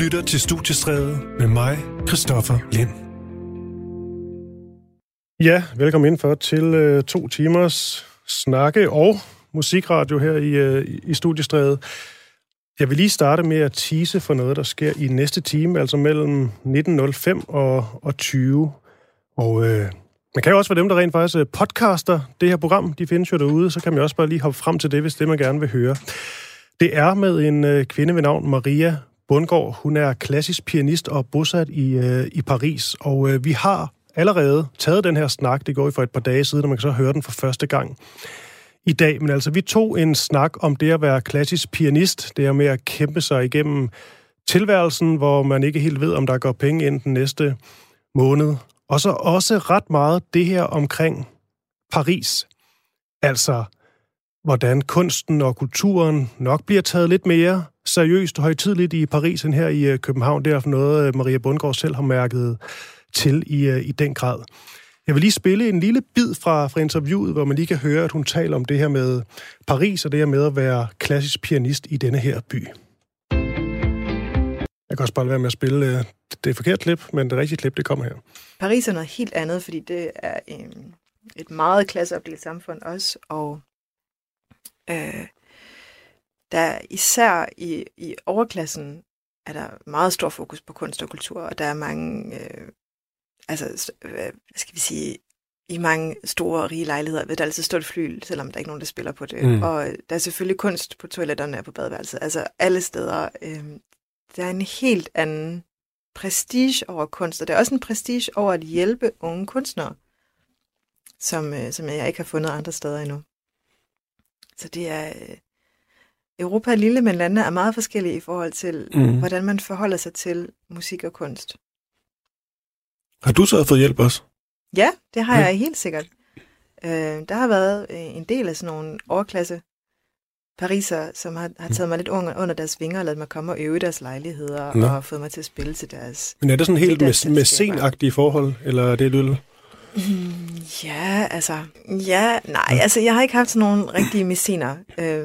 lytter til Studiestræde med mig, Christoffer Lind. Ja, velkommen indenfor til 2 timers snakke og musikradio her i Studiestræde. Jeg vil lige starte med at tease for noget, der sker i næste time, altså mellem 19.05 og 20. Og man kan jo også være dem, der rent faktisk podcaster det her program. De findes jo derude, så kan man også bare lige hoppe frem til det, hvis det man gerne vil høre. Det er med en kvinde ved navn Maria Bundgaard. Hun er klassisk pianist og bosat i Paris. Og vi har allerede taget den her snak. Det går for et par dage siden, og man kan så høre den for første gang i dag. Men altså, vi tog en snak om det at være klassisk pianist. Det er med at kæmpe sig igennem tilværelsen, hvor man ikke helt ved, om der går penge ind den næste måned. Og så også ret meget det her omkring Paris. Altså, hvordan kunsten og kulturen nok bliver taget lidt mere seriøst og højtideligt i Paris end her i København. Det er noget, Maria Bundgaard selv har mærket til i den grad. Jeg vil lige spille en lille bid fra interviewet, hvor man lige kan høre, at hun taler om det her med Paris og det her med at være klassisk pianist i denne her by. Jeg kan også bare være med at spille det forkerte klip, men det rigtige klip, det kommer her. Paris er noget helt andet, fordi det er et meget klasseopdelt samfund også, og der især i overklassen er der meget stor fokus på kunst og kultur, og der er mange, i mange store, rige lejligheder vil der altid stå et fly, selvom der er ikke nogen, der spiller på det. Og der er selvfølgelig kunst på toiletterne og på badeværelset, altså alle steder. Der er en helt anden prestige over kunst, og der er også en prestige over at hjælpe unge kunstnere, som jeg ikke har fundet andre steder endnu. Så det er... Europa er lille, men landene er meget forskellige i forhold til, hvordan man forholder sig til musik og kunst. Har du så fået hjælp også? Ja, det har jeg helt sikkert. Der har været en del af sådan nogle overklasse pariser, som har taget mig lidt under deres vinger og ladet mig komme og øve i deres lejligheder og fået mig til at spille til deres... Men er det sådan helt mæscenagtige forhold, eller er det lidt? Altså jeg har ikke haft sådan nogle rigtige mæscener.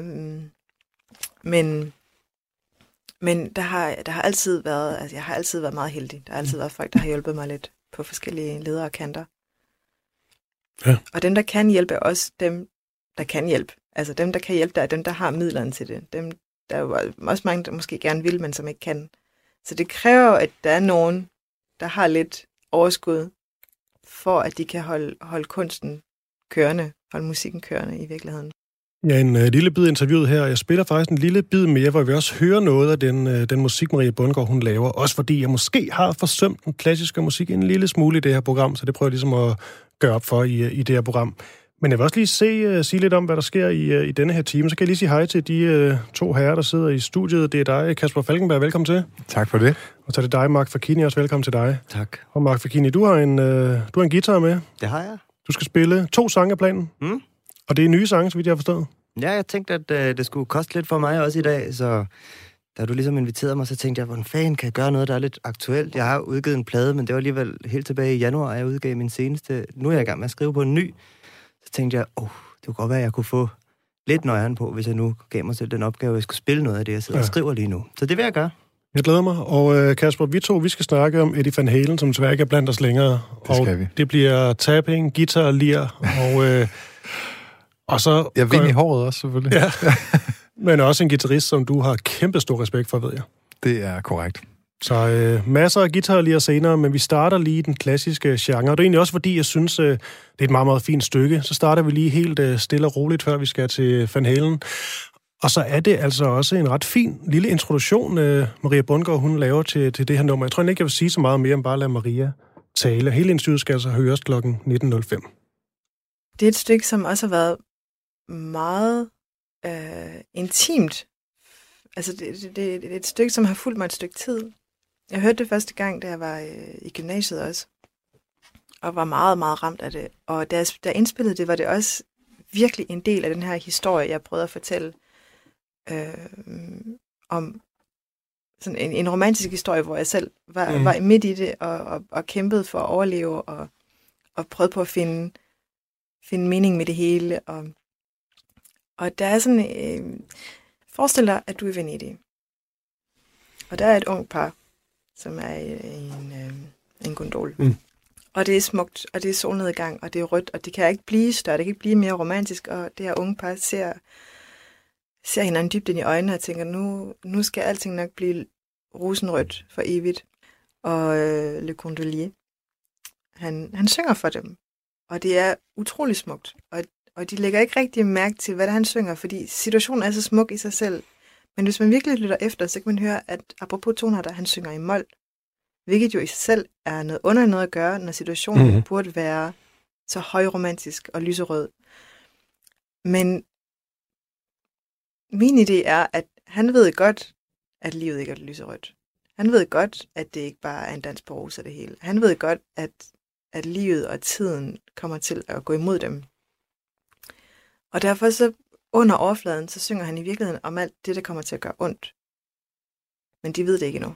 Men der har altid været, altså jeg har altid været meget heldig. Der har altid været folk, der har hjulpet mig lidt på forskellige ledere og kanter. Ja. Og dem, der kan hjælpe, er også dem, der kan hjælpe. Altså dem, der kan hjælpe, der er dem, der har midlerne til det. Dem, der er jo også mange, der måske gerne vil, men som ikke kan. Så det kræver, at der er nogen, der har lidt overskud, for at de kan holde kunsten kørende, holde musikken kørende i virkeligheden. Ja, en lille bid interviewet her. Jeg spiller faktisk en lille bid mere, hvor vi også hører noget af den musik, Maria Bundgaard, hun laver. Også fordi jeg måske har forsømt den klassiske musik en lille smule i det her program, så det prøver jeg ligesom at gøre op for i det her program. Men jeg vil også lige sige lidt om, hvad der sker i denne her time. Så kan jeg lige sige hej til de 2 herrer, der sidder i studiet. Det er dig, Kasper Falkenberg. Velkommen til. Tak for det. Og så er det dig, Mark Facchini. Også velkommen til dig. Tak. Og Mark Facchini, du har en guitar med. Det har jeg. Du skal spille 2 sange af planen. Og det er nye sange, så vidt jeg har forstået. Ja, jeg tænkte, at det skulle koste lidt for mig også i dag, så da du ligesom inviterede mig, så tænkte jeg, hvordan fanden kan jeg gøre noget, der er lidt aktuelt? Jeg har udgivet en plade, men det var alligevel helt tilbage i januar, jeg udgav min seneste. Nu er jeg i gang med at skrive på en ny. Så tænkte jeg, det kunne godt være, at jeg kunne få lidt nøjeren på, hvis jeg nu gav mig selv den opgave, at jeg skulle spille noget af det, jeg sidder og skriver lige nu. Så det vil jeg gøre. Jeg glæder mig. Og Kasper, vi skal snakke om Eddie Van Halen, som desværre ikke er blandt os længere. Det skal vi. Det bliver tapping, guitar, lir og så... Jeg vind i håret også, selvfølgelig. Ja, men også en guitarist, som du har kæmpe stor respekt for, ved jeg. Det er korrekt. Så masser af guitar lige senere, men vi starter lige den klassiske genre. Og det er egentlig også, fordi jeg synes, det er et meget, meget fint stykke. Så starter vi lige helt stille og roligt, før vi skal til Van Halen. Og så er det altså også en ret fin lille introduktion, Maria Bundgaard, hun laver til det her nummer. Jeg tror ikke, jeg vil sige så meget mere, end bare lade Maria tale. Hele interviewet skal altså høres kl. 19.05. Det er et stykke, som også har været meget intimt. Altså, det er et stykke, som har fulgt mig et stykke tid. Jeg hørte det første gang, da jeg var i gymnasiet også, og var meget, meget ramt af det. Og da jeg indspillede det, var det også virkelig en del af den her historie, jeg prøvede at fortælle om sådan en romantisk historie, hvor jeg selv var midt i det, og kæmpede for at overleve, og prøvede på at finde mening med det hele. Og der er sådan... forestil dig, at du er i Venedig. Og der er et ung par, som er i en gondol. Og det er smukt, og det er solnedgang, og det er rødt, og det kan ikke blive større, det kan ikke blive mere romantisk, og det her unge par ser hinanden dybt ind i øjnene og tænker, nu skal alting nok blive rosenrødt for evigt. Og Le Gondolier, han synger for dem, og det er utrolig smukt, og de lægger ikke rigtig mærke til, hvad det er, han synger, fordi situationen er så smuk i sig selv. Men hvis man virkelig lytter efter, så kan man høre, at apropos tonarter, han synger i mol, hvilket jo i sig selv er noget underligt noget at gøre, når situationen burde være så højromantisk og lyserød. Men min idé er, at han ved godt, at livet ikke er lyserødt. Han ved godt, at det ikke bare er en dans på roser det hele. Han ved godt, at livet og tiden kommer til at gå imod dem. Og derfor så under overfladen, så synger han i virkeligheden om alt det, der kommer til at gøre ondt. Men de ved det ikke endnu.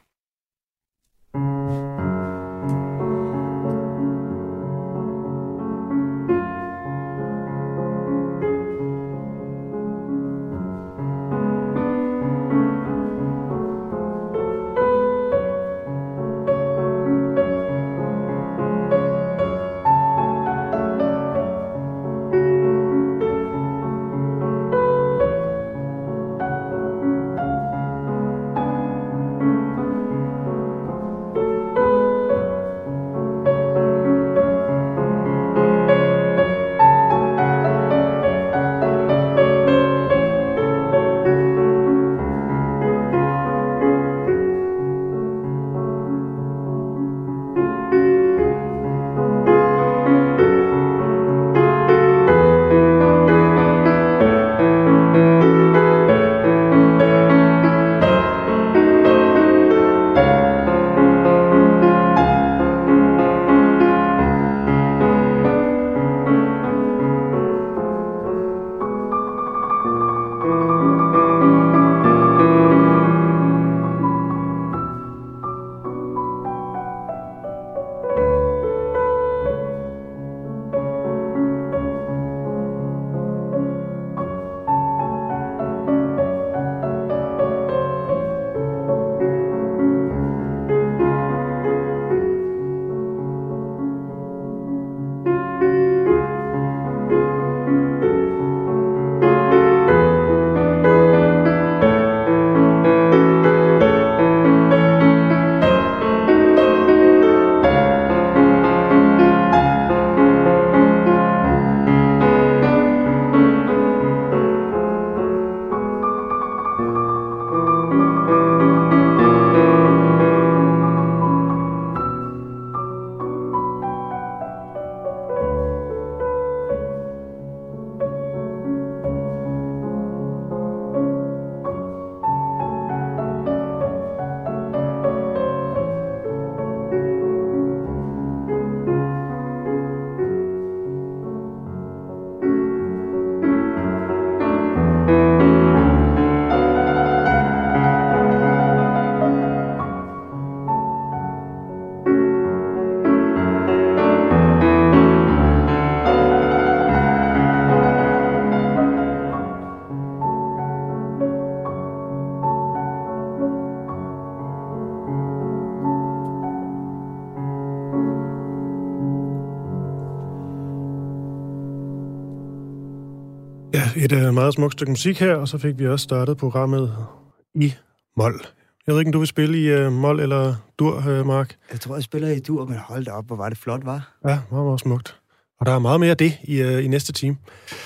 Et meget smukt stykke musik her, og så fik vi også startet programmet i mol. Jeg ved ikke, om du vil spille i mol eller dur, Mark? Jeg tror, jeg spiller i dur, men hold da op, hvor var det flot, var? Ja, meget, meget smukt. Og der er meget mere af det i næste time.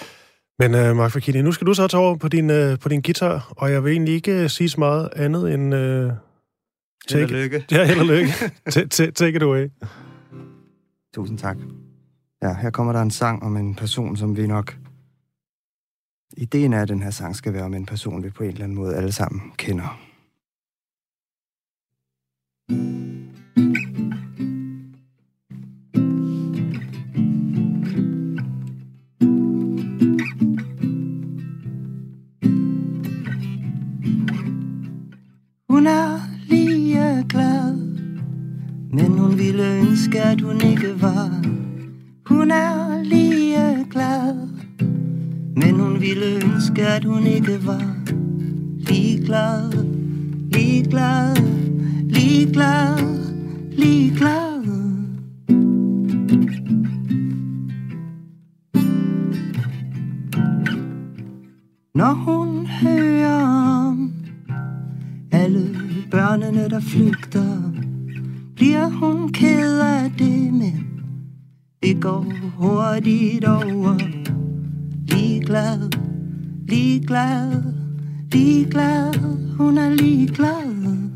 Men Mark Fakini, nu skal du så tage over på din guitar, og jeg vil egentlig ikke sige så meget andet end... held og lykke. Ja, held og lykke. Take it away. Tusind tak. Ja, her kommer der en sang om en person, som vi nok... Ideen er, at den her sang skal være om en person, vi på en eller anden måde alle sammen kender. Hun er lige glad, men hun ville ønske, at hun ikke var. Hun er lige glad, men hun ville ønske, at hun ikke var ligeglad, ligeglad, ligeglad. ligeglad. Når hun hører om alle børnene, der flygter, bliver hun ked af det, men det går hurtigt over. Ligeglad, ligeglad, ligeglad, hun er ligeglad.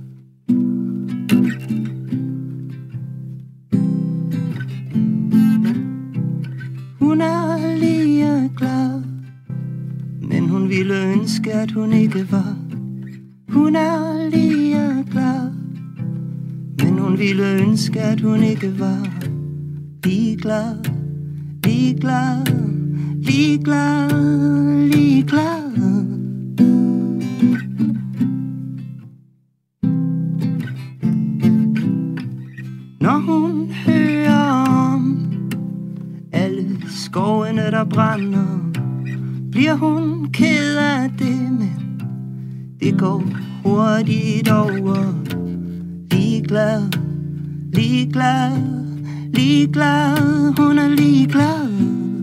Hun er ligeglad, men hun ville ønske, at hun ikke var. Hun er ligeglad, men hun ville ønske, at hun ikke var. Ligeglad, ligeglad, ligeglad, ligeglad. Når hun hører om alle skovene, der brænder, bliver hun ked af det, men det går hurtigt over. Ligeglad, ligeglad, ligeglad, hun er ligeglad.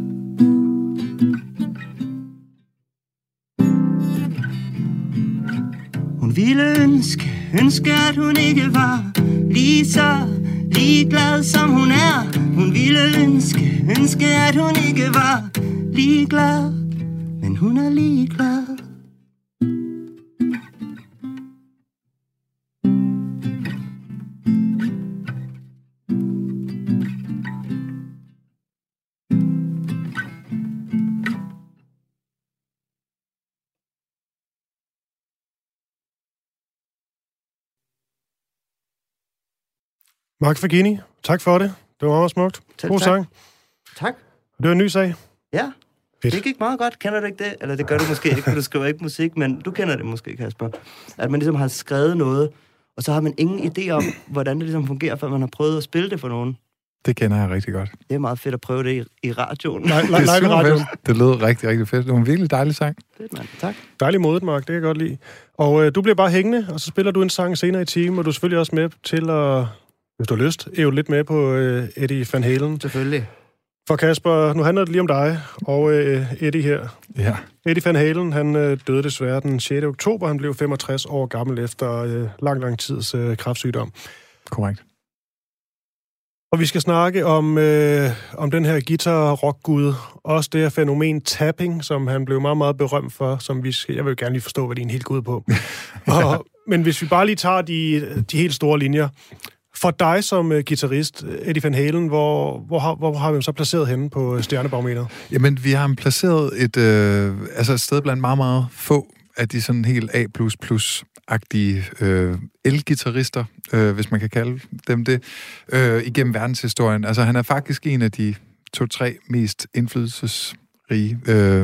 Hun ville ønske, at hun ikke var lige så ligeglad, som hun er. Hun ville ønske, at hun ikke var ligeglad, men hun er ligeglad. Mark Fagini, tak for det. Det var meget smukt. God sang. Tak. Det var en ny sag. Ja, fedt. Det gik meget godt. Kender du ikke det? Eller det gør du måske ikke, for du skriver ikke musik, men du kender det måske, Kasper. At man ligesom har skrevet noget, og så har man ingen idé om, hvordan det ligesom fungerer, før man har prøvet at spille det for nogen. Det kender jeg rigtig godt. Det er meget fedt at prøve det i radioen. Live radioen. Det lød rigtig, rigtig fedt. Det var en virkelig dejlig sang. Fedt, mand. Tak. Dejlig modet, Mark. Det kan jeg godt lide. Og du bliver bare hængende, og så spiller du en sang senere i timen, og du er selvfølgelig også med til at, hvis du har lyst, er jo lidt med på Eddie Van Halen. Selvfølgelig. For Kasper, nu handler det lige om dig og Eddie her. Ja. Eddie Van Halen, han døde desværre den 6. oktober. Han blev 65 år gammel efter lang tids kræftsygdom. Korrekt. Og vi skal snakke om den her guitar-rock-gud. Også det her fænomen tapping, som han blev meget, meget berømt for, som jeg vil gerne lige forstå, hvad det er en helt god på. Men hvis vi bare lige tager de helt store linjer. For dig som guitarist, Eddie Van Halen, hvor har vi ham så placeret henne på stjernebarometeret? Jamen, vi har ham placeret et sted blandt meget, meget få af de sådan helt A++-agtige elguitarister, hvis man kan kalde dem det, igennem verdenshistorien. Altså, han er faktisk en af de 2-3 mest indflydelsesrige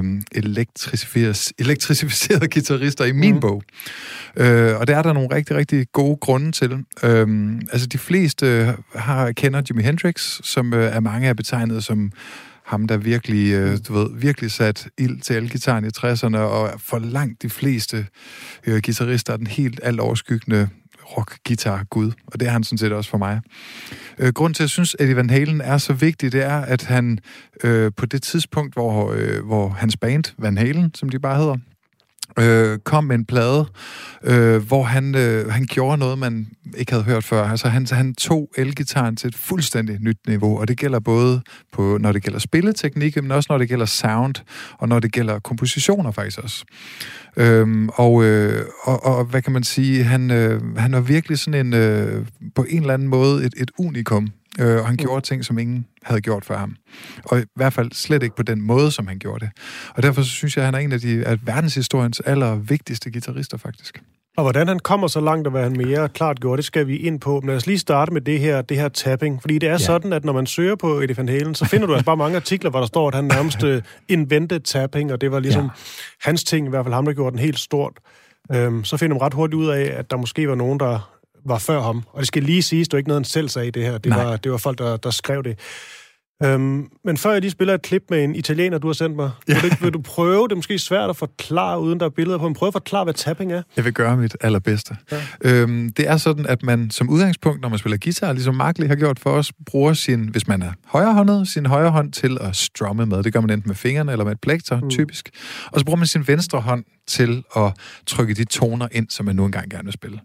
elektrificerede guitarister i min bog. Og der er der nogle rigtig, rigtig gode grunde til. Altså, de fleste kender Jimi Hendrix, som er mange af betegnet som ham, der virkelig, virkelig sat ild til elgitaren i 60'erne, og for langt de fleste guitarister er den helt alt overskyggende rock-guitar-gud, og det er han sådan set også for mig. Grunden til, at jeg synes, at Eddie Van Halen er så vigtig, det er, at han på det tidspunkt, hvor hans band, Van Halen, som de bare hedder, kom med en plade, hvor han gjorde noget, man ikke havde hørt før. Altså, han tog elgitaren til et fuldstændig nyt niveau, og det gælder både når det gælder spilleteknik, men også når det gælder sound, og når det gælder kompositioner faktisk også. Og hvad kan man sige? Han var virkelig sådan på en eller anden måde et unikum, og han gjorde ting, som ingen havde gjort for ham. Og i hvert fald slet ikke på den måde, som han gjorde det. Og derfor så synes jeg, at han er en af verdenshistoriens allervigtigste guitarister, faktisk. Og hvordan han kommer så langt, og hvad han mere klart gjorde, det skal vi ind på. Men lad os lige starte med det her tapping. Fordi det er sådan, at når man søger på Eddie Van Halen, så finder du altså bare mange artikler, hvor der står, at han nærmest invented tapping, og det var ligesom hans ting, i hvert fald ham, der gjorde den helt stort. Så finder man ret hurtigt ud af, at der måske var nogen, der var før ham. Og det skal lige siges, det var ikke noget, han selv sagde det her. Det var folk, der skrev det. Men før jeg lige spiller et klip med en italiener, du har sendt mig, vil du prøve, det er måske svært at forklare, uden der er billeder på, men prøve at forklare, hvad tapping er? Jeg vil gøre mit allerbedste. Ja. Det er sådan, at man som udgangspunkt, når man spiller guitar, ligesom Mark lige har gjort for os, bruger hvis man er højrehåndet, sin højre hånd til at strumme med. Det gør man enten med fingrene eller med et plekter, typisk. Og så bruger man sin venstre hånd til at trykke de toner ind, som man nu engang gerne vil spille.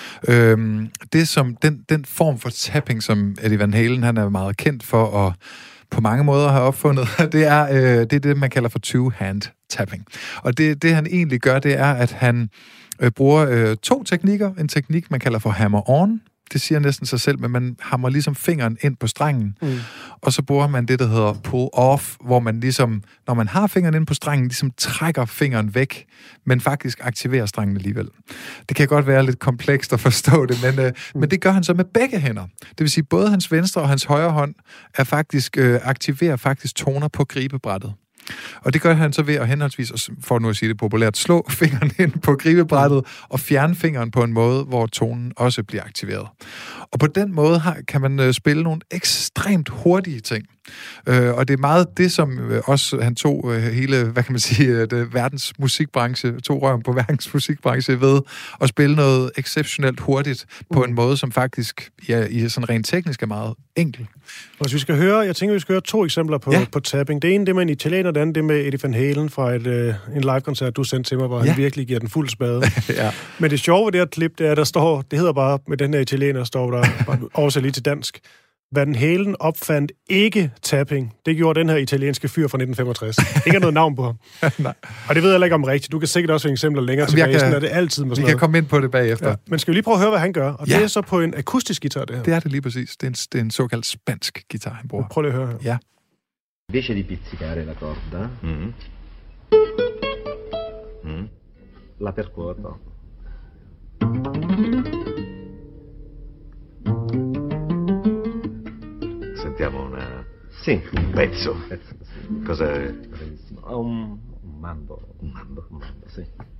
Det som den form for tapping, som Eddie Van Halen han er meget kendt for at på mange måder har opfundet, det er det, man kalder for two-hand tapping. Og det han egentlig gør, det er, at han bruger to teknikker. En teknik, man kalder for hammer-on. Det siger næsten sig selv, men man hammer ligesom fingeren ind på strengen. Og så bruger man det, der hedder pull-off, hvor man ligesom, når man har fingeren ind på strengen, ligesom trækker fingeren væk, men faktisk aktiverer strengen alligevel. Det kan godt være lidt komplekst at forstå det, men det gør han så med begge hænder. Det vil sige, både hans venstre og hans højre hånd er faktisk, aktiverer faktisk toner på gribebrættet. Og det gør han så ved at henholdsvis, for nu at sige det populært, slå fingeren ind på gribebrættet og fjerne fingeren på en måde, hvor tonen også bliver aktiveret. Og på den måde kan man spille nogle ekstremt hurtige ting. Og det er meget det, som også han tog hele, hvad kan man sige, verdens musikbranche, tog røven på verdens musikbranche ved at spille noget exceptionelt hurtigt på en måde, som faktisk i sådan rent teknisk er meget enkel. Og hvis vi skal høre, jeg tænker, vi skal høre 2 eksempler på tapping. Det ene, det med en italiener, det andet, det med Eddie Van Halen fra en live-koncert, du sendte til mig, hvor han virkelig giver den fuld spade. Men det sjove ved det her klip, det er, der står, det hedder bare, med den her italiener, står der, bare oversat lige til dansk, Van Halen opfandt ikke tapping. Det gjorde den her italienske fyr fra 1965. Ikke noget navn på ham. Nej. Og det ved jeg ikke om rigtigt. Du kan sikkert også have eksempler længere tilbage. Sådan er det altid med sådan noget. Vi kan komme ind på det bagefter. Ja. Men skal vi lige prøve at høre, hvad han gør? Og det er så på en akustisk guitar, det her. Det er det lige præcis. Det er en såkaldt spansk guitar, han bruger. Prøv lige at høre her. Ja. Invece di pizzicare la corda, la percuoto. Sentiamo un pezzo. Cosa è? Un mambo. Un mambo, sì.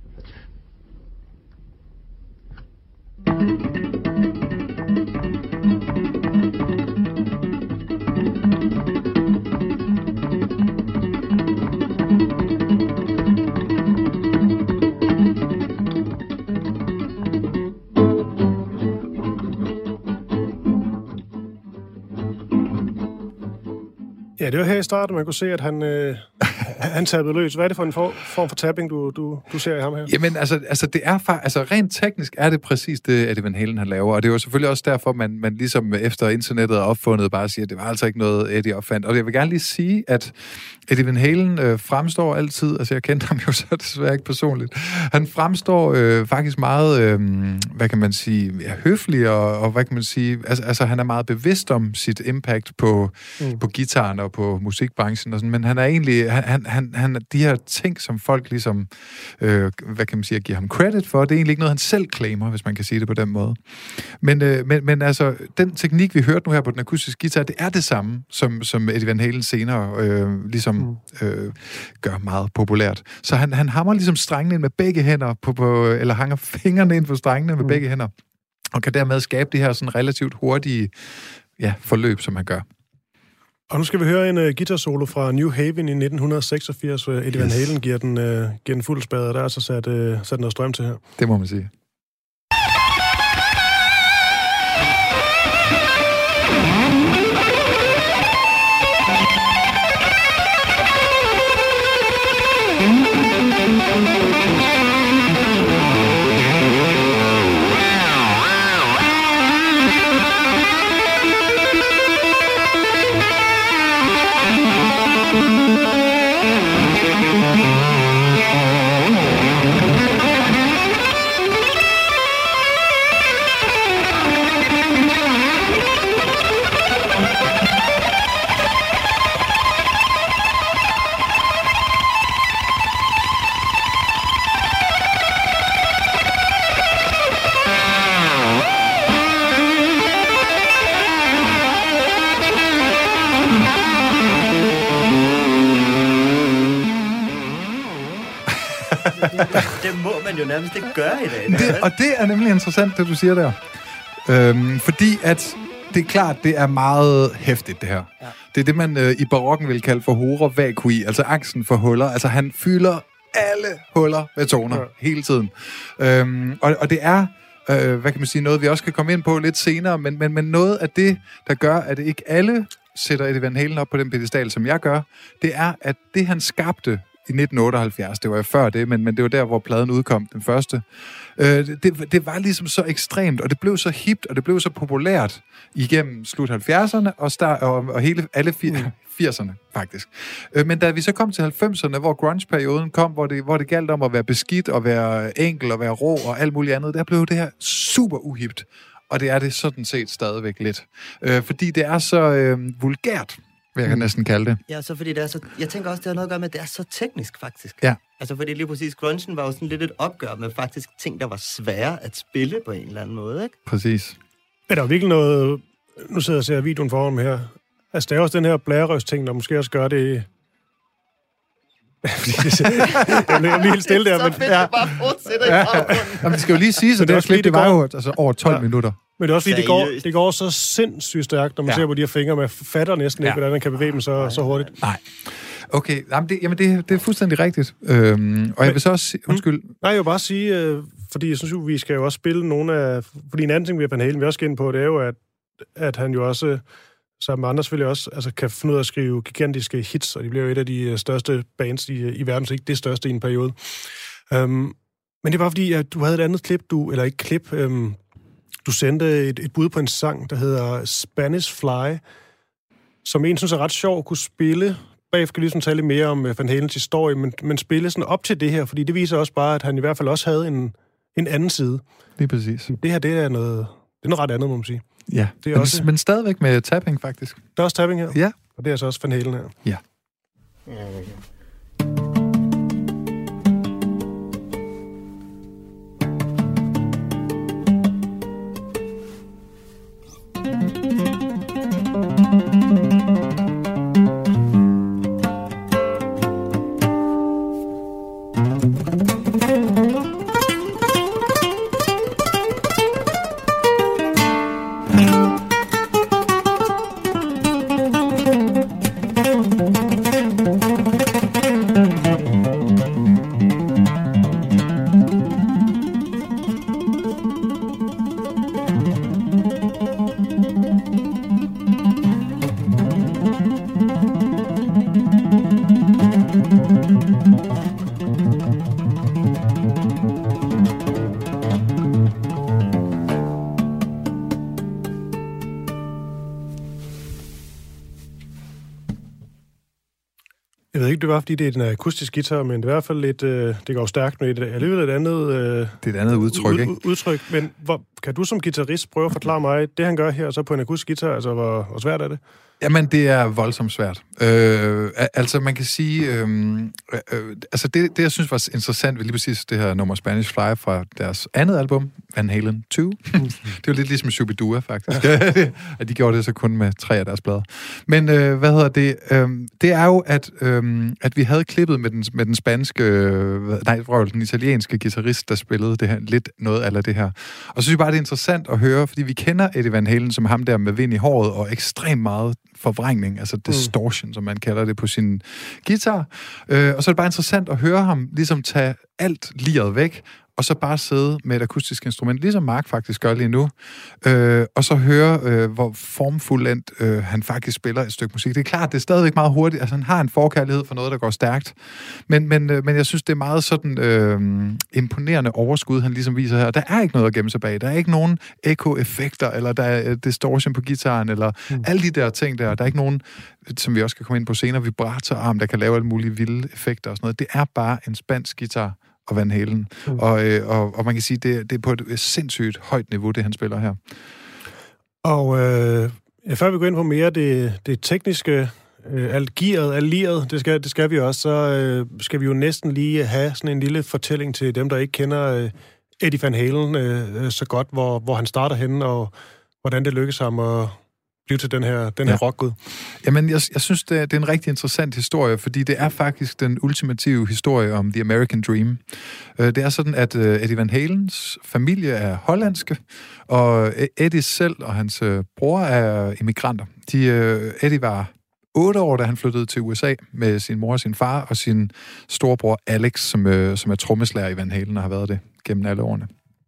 Ja, det var her i starten, man kunne se, at han tappede løs. Hvad er det for en form for tapping, du ser i ham her? Jamen, altså det er rent teknisk er det præcis det, Eddie Van Halen han laver, og det er jo selvfølgelig også derfor, man ligesom efter internettet er opfundet, bare siger, at det var altså ikke noget, Eddie opfandt. Og jeg vil gerne lige sige, at Eddie Van Halen fremstår altid, altså jeg kendte ham jo så desværre ikke personligt, han fremstår faktisk meget, hvad kan man sige, høflig, og hvad kan man sige, altså han er meget bevidst om sit impact på guitaren og på musikbranchen og sådan, men han er egentlig, han de her ting, som folk ligesom, hvad kan man sige, giver ham credit for, det er egentlig ikke noget, han selv claimer, hvis man kan sige det på den måde. Men altså, den teknik, vi hørte nu her på den akustiske guitar, det er det samme, som Eddie Van Halen senere ligesom gør meget populært. Så han hammer ligesom strengene ind med begge hænder, eller hanger fingrene ind på strengene med begge hænder, og kan dermed skabe det her sådan relativt hurtige forløb, som han gør. Og nu skal vi høre en guitar-solo fra New Haven i 1986, hvor Eddie Van Halen giver den fuld spade, og der er altså sat noget strøm til her. Det må man sige. Det må man jo nærmest ikke gøre i dag. Og det er nemlig interessant, det du siger der. Fordi at det er klart, det er meget hæftigt, det her. Ja. Det er det, man i barokken vil kalde for hora vacui, altså angsten for huller. Altså, han fylder alle huller med toner hele tiden. Og det er, hvad kan man sige, noget vi også kan komme ind på lidt senere, men noget af det, der gør, at ikke alle sætter Eddie Van Halen op på den pedestal, som jeg gør, det er, at det, han skabte i 1978, det var jo før det, men det var der, hvor pladen udkom, den første, det var ligesom så ekstremt, og det blev så hipt, og det blev så populært igennem slut 70'erne og alle 80'erne, faktisk. Men da vi så kom til 90'erne, hvor grunge-perioden kom, hvor det galt om at være beskidt, og være enkel, og være rå, og alt muligt andet, der blev det her super uhipt. Og det er det sådan set stadigvæk lidt. Fordi det er så vulgært, vil jeg næsten kalde det. Ja, så fordi det er så... Jeg tænker også, det har noget at gøre med, at det er så teknisk, faktisk. Ja. Altså, fordi lige præcis grungen var jo sådan lidt et opgør med faktisk ting, der var svære at spille på en eller anden måde, ikke? Præcis. Men der er jo virkelig noget... Nu sidder jeg og ser videoen foran mig her. Altså, der er også den her blærerøst-ting, der måske også gør det... Jeg bliver helt stille der. Så fedt, det bare fortsætter i baggrunden. Jamen, det skal jo lige sige, så det var jo altså over 12 minutter. Men det er også fordi, det går så sindssygt stærkt, når man ser på de her fingre. Man fatter næsten ikke, hvordan man kan bevæge dem så hurtigt. Nej. Okay, det er fuldstændig rigtigt. Og jeg vil så også sige... Undskyld. Nej, jeg vil bare sige, fordi jeg synes jo, vi skal jo også spille nogle af... Fordi en anden ting, vi har Van Halen, vi også skal ind på, det er jo, at han jo også... sammen med andre selvfølgelig også, altså kan finde ud af at skrive gigantiske hits, og de bliver jo et af de største bands i verden, så ikke det største i en periode. Men det var fordi, at du havde et andet klip, du sendte et bud på en sang, der hedder Spanish Fly, som en synes er ret sjov at kunne spille. Bagefter skal vi ligesom tale lidt mere om Van Halens historie, men spille sådan op til det her, fordi det viser også bare, at han i hvert fald også havde en anden side. Lige præcis. Det her, det er noget ret andet, må man sige. Ja, det er også... men stadigvæk med tapping, faktisk. Der er også tapping her? Ja. Og det er så også Van Halen her? Ja. Jeg ved ikke, det var, fordi det er en akustisk guitar, men det er i hvert fald lidt... det går stærkt med det. Alligevel et andet... det er et andet udtryk, ikke? Udtryk, men kan du som guitarist prøve at forklare mig, det han gør her så på en akustisk guitar, altså hvor svært er det? Jamen, det er voldsomt svært. Altså, man kan sige... altså, det, jeg synes var interessant ved lige præcis det her nummer Spanish Fly fra deres andet album, Van Halen 2. Det var lidt ligesom Shubidua, faktisk. At de gjorde det så kun med 3 af deres plader. Men, det er jo, at vi havde klippet med den spanske... den italienske guitarist, der spillede det her, lidt noget af det her. Og så synes jeg bare, det er interessant at høre, fordi vi kender Eddie Van Halen som ham der med vind i håret og ekstremt meget forvrængning, altså distortion, som man kalder det på sin guitar. Og så er det bare interessant at høre ham ligesom tage alt liret væk, og så bare sidde med et akustisk instrument, ligesom Mark faktisk gør lige nu, og så høre, hvor formfuldendt han faktisk spiller et stykke musik. Det er klart, det er stadigvæk meget hurtigt. Altså, han har en forkærlighed for noget, der går stærkt. Men jeg synes, det er meget sådan imponerende overskud, han ligesom viser her. Der er ikke noget at gemme sig bag. Der er ikke nogen echo-effekter, eller der er distortion på gitaren, eller alle de der ting der. Der er ikke nogen, som vi også skal komme ind på senere, vibratorarm, der kan lave alle mulige vilde effekter og sådan noget. Det er bare en spansk guitar og Van Halen. Og man kan sige, det er på et sindssygt højt niveau, det han spiller her. Og før vi går ind på mere det tekniske, alt gearet, alt liret, det skal vi også, så skal vi jo næsten lige have sådan en lille fortælling til dem, der ikke kender Eddie Van Halen så godt, hvor han starter henne, og hvordan det lykkes ham at blive til den her rockgud. Jamen, jeg synes, det er en rigtig interessant historie, fordi det er faktisk den ultimative historie om The American Dream. Det er sådan, at Eddie Van Halens familie er hollandske, og Eddie selv og hans bror er immigranter. Eddie var 8 år, da han flyttede til USA med sin mor og sin far og sin storebror Alex, som er trommeslager i Van Halen og har været det gennem alle årene.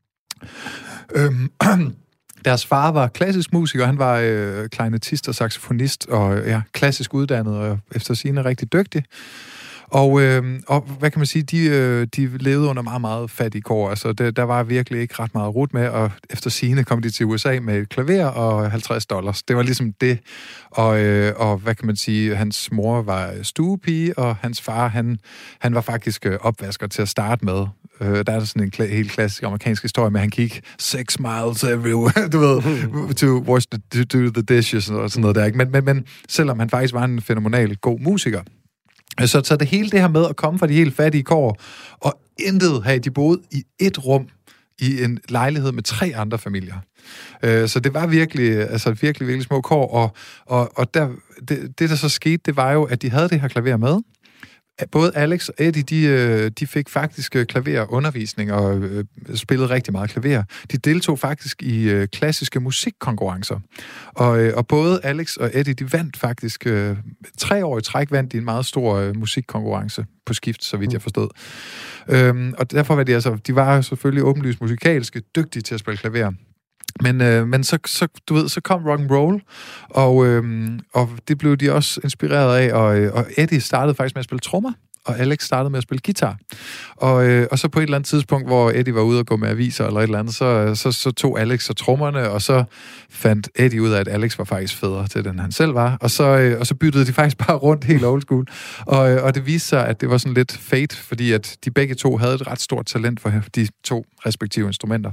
Deres far var klassisk musiker, han var klarinettist og saxofonist og klassisk uddannet og efter sigende rigtig dygtig. Og hvad kan man sige, de levede under meget, meget fattige kår. Altså, der var virkelig ikke ret meget rut med, og efter sigende kom de til USA med et klaver og $50. Det var ligesom det. Og hvad kan man sige, hans mor var stuepige, og hans far, han var faktisk opvasker til at starte med. Der er sådan en helt klassisk amerikansk historie med, at han gik 6 miles everywhere, du ved, to wash to do the dishes og sådan noget der, ikke? Men selvom han faktisk var en fænomenal god musiker, så det hele det her med at komme fra de helt fattige kår, og intet havde de boet i et rum i en lejlighed med 3 andre familier. Så det var virkelig, virkelig små kår, og det der så skete, det var jo, at de havde det her klaver med. Både Alex og Eddie, de fik faktisk klaverundervisning og spillede rigtig meget klaver. De deltog faktisk i klassiske musikkonkurrencer. Og både Alex og Eddie, de vandt faktisk 3 år i træk, vandt de en meget stor musikkonkurrence på skift, så vidt jeg forstod. Og derfor var de var selvfølgelig åbenlyst musikalske, dygtige til at spille klaver. Men så du ved, så kom rock and roll, og det blev de også inspireret af, og Eddie startede faktisk med at spille trommer, og Alex startede med at spille guitar. Og så på et eller andet tidspunkt, hvor Eddie var ude og gå med aviser eller et eller andet, så tog Alex så trommerne, og så fandt Eddie ud af, at Alex var faktisk federe til den han selv var, og så byttede de faktisk bare rundt helt old school. Og det viste sig, at det var sådan lidt fate, fordi at de begge to havde et ret stort talent for de 2 respektive instrumenter.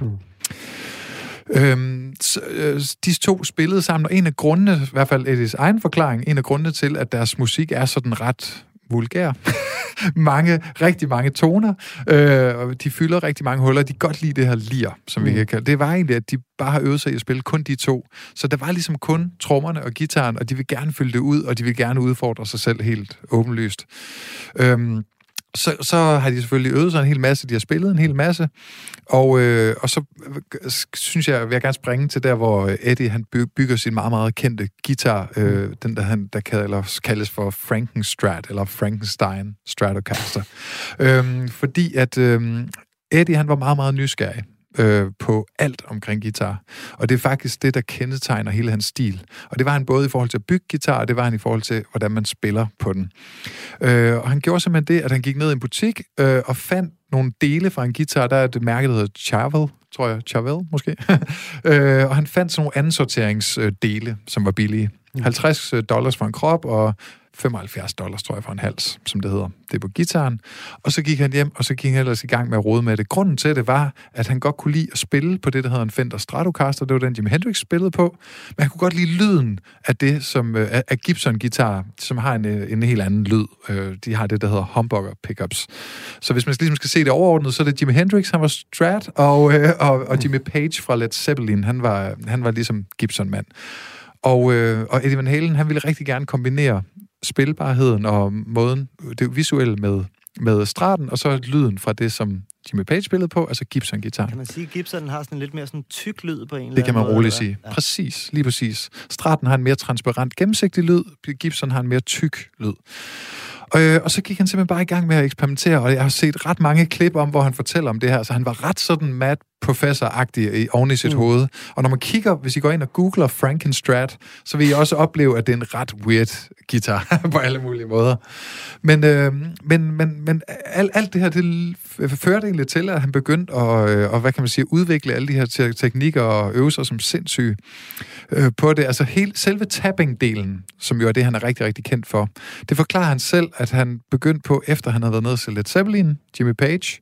De 2 spillede sammen, og en af grundene, i hvert fald Eddies egen forklaring, en af grundene til, at deres musik er sådan ret vulgær. Rigtig mange toner, og de fylder rigtig mange huller. De kan godt lide det her lir, som vi kan kalde det. Det var egentlig, at de bare har øvet sig i at spille kun de 2. Så der var ligesom kun trommerne og gitaren, og de vil gerne fylde det ud, og de vil gerne udfordre sig selv helt åbenlyst. Så har de selvfølgelig øvet sig en hel masse, de har spillet en hel masse, og så synes jeg, vil jeg gerne springe til der, hvor Eddie han bygger sin meget, meget kendte guitar, den der kaldes for Frankenstrat, eller Frankenstein Stratocaster. Fordi at Eddie han var meget, meget nysgerrig på alt omkring guitar. Og det er faktisk det, der kendetegner hele hans stil. Og det var han både i forhold til at bygge guitar, og det var han i forhold til, hvordan man spiller på den. Og han gjorde simpelthen det, at han gik ned i en butik og fandt nogle dele fra en guitar. Der er et mærke, der hedder Charvel, tror jeg. Charvel, måske. Og han fandt sådan nogle andensorteringsdele, som var billige. $50 for en krop, og $75, tror jeg, for en hals, som det hedder. Det er på gitaren. Og så gik han hjem, og så gik han ellers i gang med at rode med det. Grunden til det var, at han godt kunne lide at spille på det, der hedder en Fender Stratocaster. Det var den, Jimi Hendrix spillede på. Men han kunne godt lide lyden af det, som af Gibson-guitar, som har en helt anden lyd. De har det, der hedder humbucker pickups. Så hvis man ligesom skal se det overordnet, så er det Jimi Hendrix, han var Strat, og Jimmy Page fra Led Zeppelin, han var ligesom Gibson-mand. Og Eddie Van Halen, han ville rigtig gerne kombinere spilbarheden og måden, det visuelle med straten, og så lyden fra det, som Jimmy Page spillede på, altså Gibson-guitar. Kan man sige, at Gibson har sådan lidt mere sådan tyk lyd på en eller anden måde? Det kan man roligt sige. Ja. Præcis, lige præcis. Straten har en mere transparent, gennemsigtig lyd, Gibson har en mere tyk lyd. Og så gik han simpelthen bare i gang med at eksperimentere, og jeg har set ret mange klip om, hvor han fortæller om det her, så han var ret sådan mad professor-agtig oven i sit hoved. Og når man kigger, hvis I går ind og googler Frankenstrat, så vil I også opleve, at det er en ret weird guitar på alle mulige måder. Men alt det her, det førte egentlig til, at han begyndte at hvad kan man sige, udvikle alle de her teknikker og øvelser som sindssyge på det. Altså selve tapping-delen, som jo er det, han er rigtig, rigtig kendt for, det forklarer han selv, at han begyndte på, efter han havde været nede til Led Zeppelin, Jimmy Page.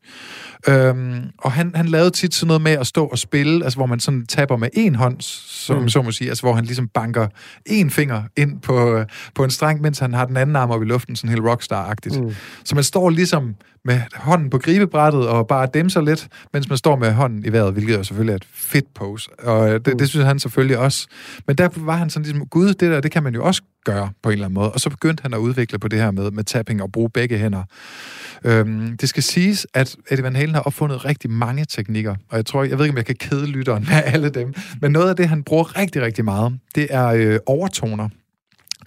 Og han lavede tit sådan noget med at stå og spille, altså hvor man sådan tapper med en hånd, som så må sige, altså hvor han ligesom banker en finger ind på en streng, mens han har den anden arm op i luften, sådan helt rockstar-agtigt. Så man står ligesom med hånden på gribebrættet og bare dæmser lidt, mens man står med hånden i vejret, hvilket jo selvfølgelig er et fedt pose. Og det synes han selvfølgelig også. Men der var han sådan ligesom, gud, det kan man jo også gøre på en eller anden måde. Og så begyndte han at udvikle på det her med tapping og bruge begge hænder. Det skal siges, at Eddie Van Halen har opfundet rigtig mange teknikker, og jeg ved ikke, om jeg kan kede lytteren med alle dem, men noget af det, han bruger rigtig, rigtig meget, det er overtoner.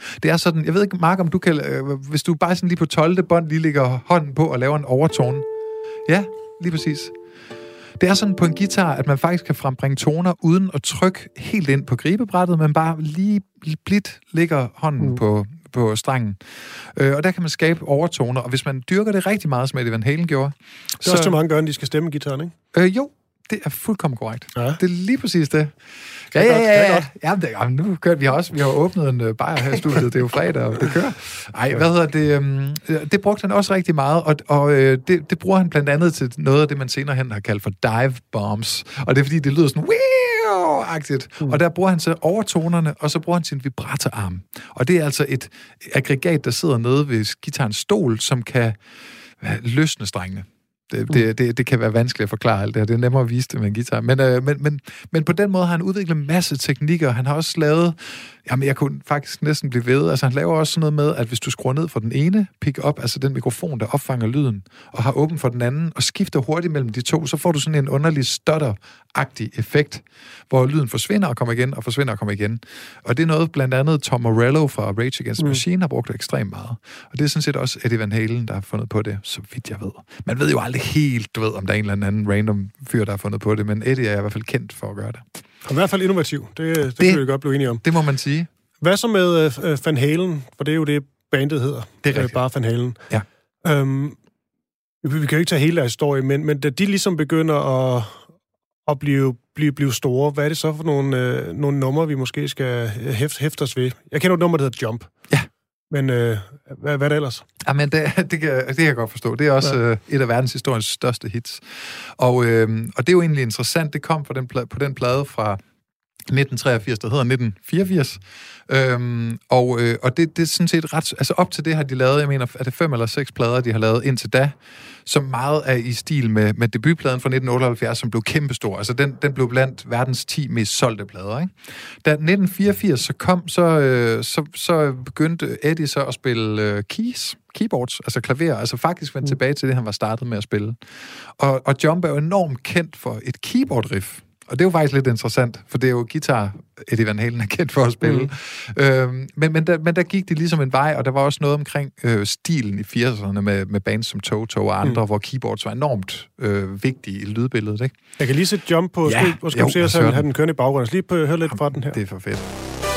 Det er sådan, jeg ved ikke, Mark, om du kan, hvis du bare sådan lige på 12. bånd lige lægger hånden på og laver en overtone. Ja, lige præcis. Det er sådan på en guitar, at man faktisk kan frembringe toner uden at trykke helt ind på gribebrættet, men bare lige blidt lægger hånden på strengen. Og der kan man skabe overtoner, og hvis man dyrker det rigtig meget, som Eddie Van Halen gjorde... Det er også så mange gør, at de skal stemme guitaren, ikke? Jo, det er fuldkommen korrekt. Ja. Det er lige præcis det. Ja. Jamen, nu kører vi også. Vi har åbnet en bajer her i studiet. Det er jo fredag, og det kører. Ej, hvad hedder det? Det brugte han også rigtig meget, og det bruger han blandt andet til noget af det, man senere hen har kaldt for dive bombs. Og det er fordi, det lyder sådan agtigt. Og der bruger han så overtonerne, og så bruger han sin vibratorarm. Og det er altså et aggregat, der sidder nede ved guitarens stol, som kan løsne strengene. Det kan være vanskeligt at forklare alt det her. Det er nemmere at vise det med en guitar. Men på den måde har han udviklet en masse teknikker. Han har også lavet... Jamen, jeg kunne faktisk næsten blive ved. Altså, han laver også sådan noget med, at hvis du skruer ned for den ene pick-up, altså den mikrofon, der opfanger lyden, og har åben for den anden, og skifter hurtigt mellem de to, så får du sådan en underlig stutter-agtig effekt, hvor lyden forsvinder og kommer igen, og forsvinder og kommer igen. Og det er noget, blandt andet Tom Morello fra Rage Against the Machine har brugt ekstremt meget. Og det er sådan set også Eddie Van Halen, der har fundet på det, så vidt jeg ved. Man ved jo aldrig helt, om der er en eller anden random fyr, der har fundet på det, men Eddie er i hvert fald kendt for at gøre det. Og i hvert fald innovativ. Det kan vi godt blive enige om. Det må man sige. Hvad så med Van Halen? For det er jo det, bandet hedder. Det er rigtigt. Bare Van Halen. Ja. Vi kan jo ikke tage hele deres historie, men da de ligesom begynder at blive store, hvad er det så for nogle numre, vi måske skal hæfte os ved? Jeg kender et nummer, der hedder Jump. Ja. Men hvad er det ellers? Jamen, det kan jeg godt forstå. Det er også et af verdenshistoriens største hits. Og det er jo egentlig interessant. Det kom på den plade fra 1983, der hedder 1984. Og det er sådan set ret... Altså op til det har de lavet, jeg mener, er det 5 eller 6 plader, de har lavet indtil da, som meget er i stil med debutpladen fra 1978, som blev kæmpestor. Altså den blev blandt verdens 10 mest solgte plader, ikke? Da 1984 så kom, så begyndte Eddie så at spille keyboards, altså klaver, altså faktisk vendte tilbage til det, han var startet med at spille. Og Jump er jo enormt kendt for et keyboard-riff. Og det er jo faktisk lidt interessant, for det er jo guitar, Eddie Van Halen er kendt for at spille. Men der gik det ligesom en vej, og der var også noget omkring stilen i 80'erne med bands som Toto og andre, hvor keyboards var enormt vigtige i lydbilledet, ikke? Jeg kan lige sætte Jump på, og skal se, at have den kørende i baggrunden. Så lige høre lidt fra den her. Det er for fedt.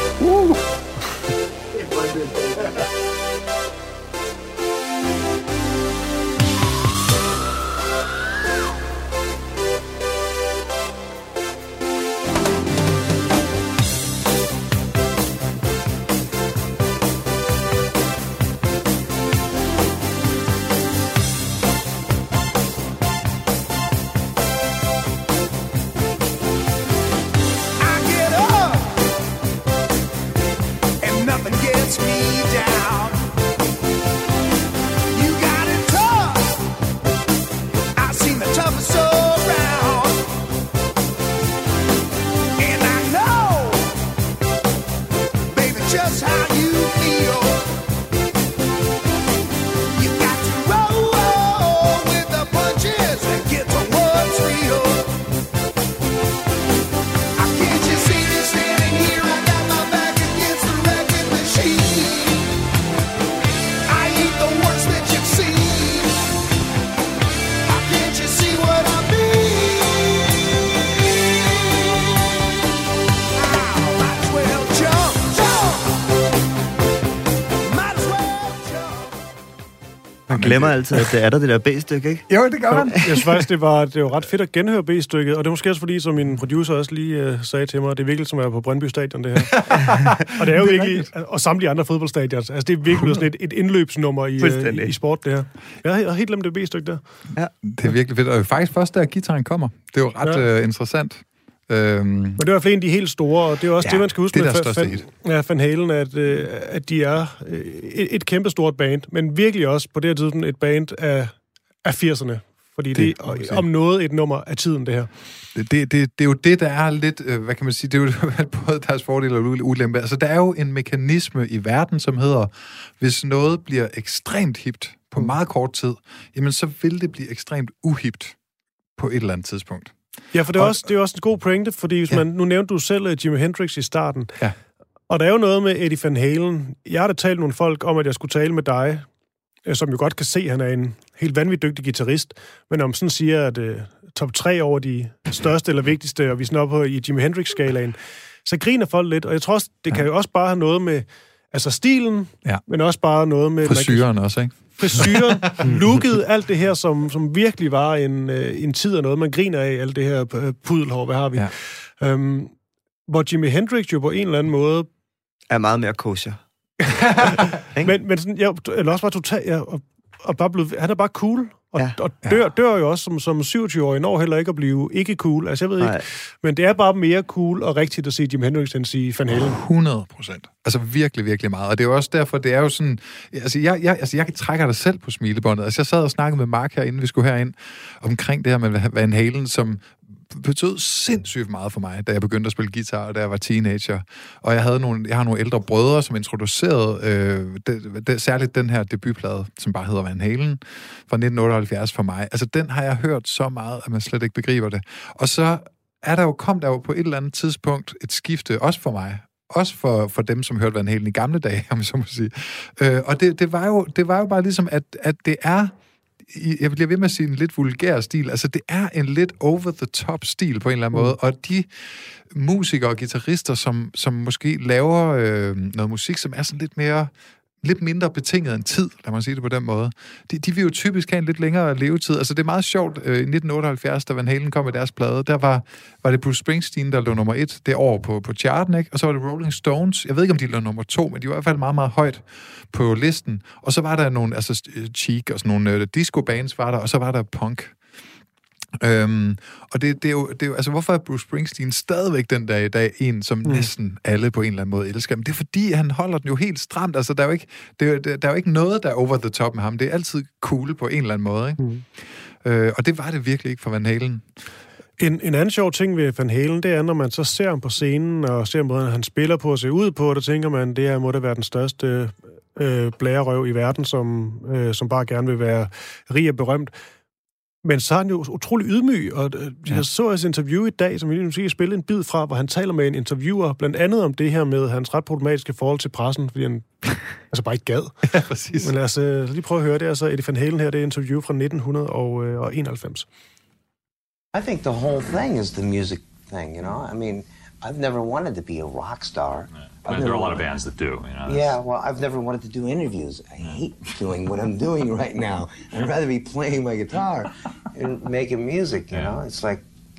Glemmer altid, at det er der det der B-stykke, ikke? Jo, det gør man. Jeg synes faktisk, det var ret fedt at genhøre B-stykket, og det er måske også fordi, som min producer også lige sagde til mig, det er virkelig som at være på Brøndby Stadion, det her. Og det er jo det virkelig, og samtlige andre fodboldstadion, altså det er virkelig sådan et indløbsnummer i sport, det her. Jeg har helt glemt det B-stykke der. Ja. Det er virkelig fedt, og faktisk først der guitaren kommer. Det er jo ret interessant. Men det var flere en af de helt store, og det er også det, man skal huske med Van Halen, at de er et kæmpestort band, men virkelig også på det her tidspunkt et band af 80'erne. Fordi det er om noget et nummer af tiden, det her. Det er jo det, der er lidt, hvad kan man sige, det er jo både deres fordele og ulempe. Altså, der er jo en mekanisme i verden, som hedder, hvis noget bliver ekstremt hipt på meget kort tid, jamen så vil det blive ekstremt uhipt på et eller andet tidspunkt. Ja, for det er også en god pointe, fordi hvis nu nævnte du selv Jimi Hendrix i starten, Og der er jo noget med Eddie Van Halen. Jeg har da talt nogle folk om, at jeg skulle tale med dig, som jo godt kan se, at han er en helt vanvittig dygtig guitarist, men om sådan siger, at top 3 over de største eller vigtigste, og vi er sådan oppe i Jimi Hendrix-skalaen, så griner folk lidt, og jeg tror også, det kan jo også bare have noget med altså stilen, men også bare noget med... Frisyren også, ikke? Frisyren, looket, alt det her, som virkelig var en tid af noget, man griner af, alt det her pudelhår, hvad har vi? Ja. Hvor Jimi Hendrix jo på en eller anden måde... er meget mere kosher. men sådan, eller også bare totalt... og bare blevet, han er bare cool, og dør jo også som 27-årig, når heller ikke at blive ikke cool. Altså, jeg ved ikke. Men det er bare mere cool og rigtigt at sige Jimi Hendrix end at sige Van Halen. 100%. Altså virkelig, virkelig meget. Og det er jo også derfor, det er jo sådan... Altså, jeg trækker dig selv på smilebåndet. Altså, jeg sad og snakkede med Mark her, inden vi skulle herind, omkring det her med Van Halen, som betød sindssygt meget for mig, da jeg begyndte at spille guitar, og da jeg var teenager. Og jeg har nogle ældre brødre, som introducerede særligt den her debutplade, som bare hedder Van Halen, fra 1978 for mig. Altså, den har jeg hørt så meget, at man slet ikke begriber det. Og så kom der jo på et eller andet tidspunkt et skifte, også for mig, også for dem, som hørte Van Halen i gamle dage, om jeg så må sige. Og det var jo bare ligesom, at det er... Jeg bliver ved med at sige en lidt vulgær stil. Altså, det er en lidt over-the-top stil på en eller anden måde. Og de musikere og guitarister, som måske laver noget musik, som er sådan lidt mindre betinget end tid, lad mig sige det på den måde. De vil jo typisk have en lidt længere levetid. Altså, det er meget sjovt. I 1978, da Van Halen kom med deres plade, der var det Bruce Springsteen, der lå nummer 1 det år på charten, ikke? Og så var det Rolling Stones. Jeg ved ikke, om de lå nummer 2, men de var i hvert fald meget, meget højt på listen. Og så var der nogle, altså Chic og sådan nogle disco-bands var der, og så var der punk. Og det er jo, altså hvorfor er Bruce Springsteen stadigvæk den der i dag en, som næsten alle på en eller anden måde elsker? Men det er fordi, han holder den jo helt stramt. Altså, der er jo ikke noget, der er over the top med ham. Det er altid cool på en eller anden måde, ikke? Og det var det virkelig ikke for Van Halen. En anden sjov ting ved Van Halen, det er, når man så ser ham på scenen, og ser måden, han spiller på og ser ud på, der tænker man, det her må da være den største blærerøv i verden, som bare gerne vil være rig og berømt. Men så er han jo utrolig ydmyg, og jeg så et interview i dag, som vi måske spille en bid fra, hvor han taler med en interviewer, blandt andet om det her med hans ret problematiske forhold til pressen, fordi han altså bare ikke gad. Ja, præcis. Men lad os lige prøve at høre det. Altså Eddie Van Halen her, det er et interview fra 1991. I think the whole thing is the music thing, you know? I mean, I've never wanted to be a rock star. Yeah. There are a lot of bands that do, you know? Yeah, well, I've never wanted to do interviews. I hate doing what I'm doing right now. I'd rather be playing my guitar and making music, you know? It's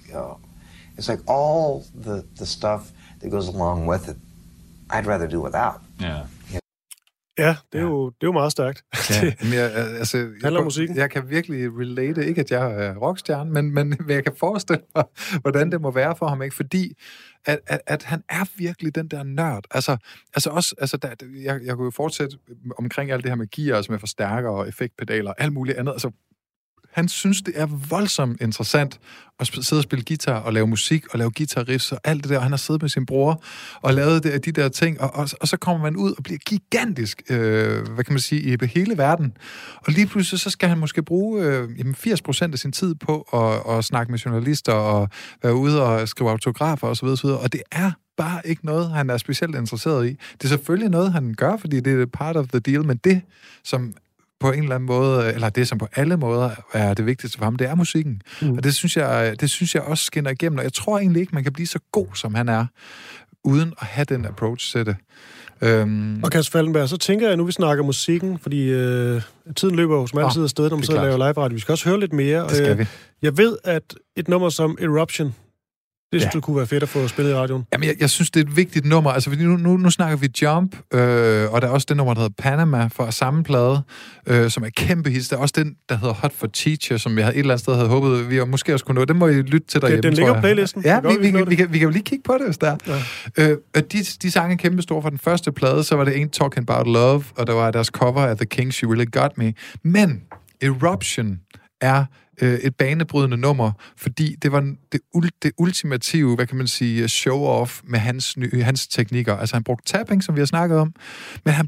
like all the stuff that goes along with it, I'd rather do without. Yeah. Ja, det er jo meget stærkt. Ja, handler musikken. Jeg kan virkelig relate, ikke at jeg er rockstjerne, men jeg kan forestille mig, hvordan det må være for ham, ikke? Fordi at han er virkelig den der nørd. Jeg kunne jo fortsætte omkring alt det her med gears, med forstærker og effektpedaler og alt muligt andet. Altså, han synes, det er voldsomt interessant at sidde og spille guitar og lave musik og lave guitar-riffs og alt det der. Og han har siddet med sin bror og lavet de der ting, og så kommer man ud og bliver gigantisk, hvad kan man sige, i hele verden. Og lige pludselig, så skal han måske bruge 80% af sin tid på at snakke med journalister og være ude og skrive autografer osv. Og det er bare ikke noget, han er specielt interesseret i. Det er selvfølgelig noget, han gør, fordi det er part of the deal, men det, som på en eller anden måde, eller det, som på alle måder er det vigtigste for ham, det er musikken. Og det synes jeg også skinner igennem, og jeg tror egentlig ikke, man kan blive så god, som han er, uden at have den approach til det. Og Kasper Falkenberg, så tænker jeg, nu vi snakker musikken, fordi tiden løber jo som altid afsted, når man sidder og laver live-radio. Vi skal også høre lidt mere. Det skal vi. Jeg ved, at et nummer som Eruption, det synes du kunne være fedt at få spillet i radioen. Jamen, jeg synes, det er et vigtigt nummer. Altså, nu snakker vi Jump, og der er også det nummer, der hedder Panama fra samme plade, som er kæmpe hit. Der er også den, der hedder Hot for Teacher, som jeg et eller andet sted havde håbet, vi måske også kunne nå. Den må I lytte til derhjemme, den ligger på playlisten. Ja, vi kan jo lige kigge på det, hvis der er. De sange er kæmpe store fra den første plade, så var det Ain't Talking About Love, og der var deres cover af The Kings, She Really Got Me. Men Eruption er et banebrydende nummer, fordi det var det ultimative, hvad kan man sige, show-off med hans teknikker. Altså han brugte tapping, som vi har snakket om, men han bruger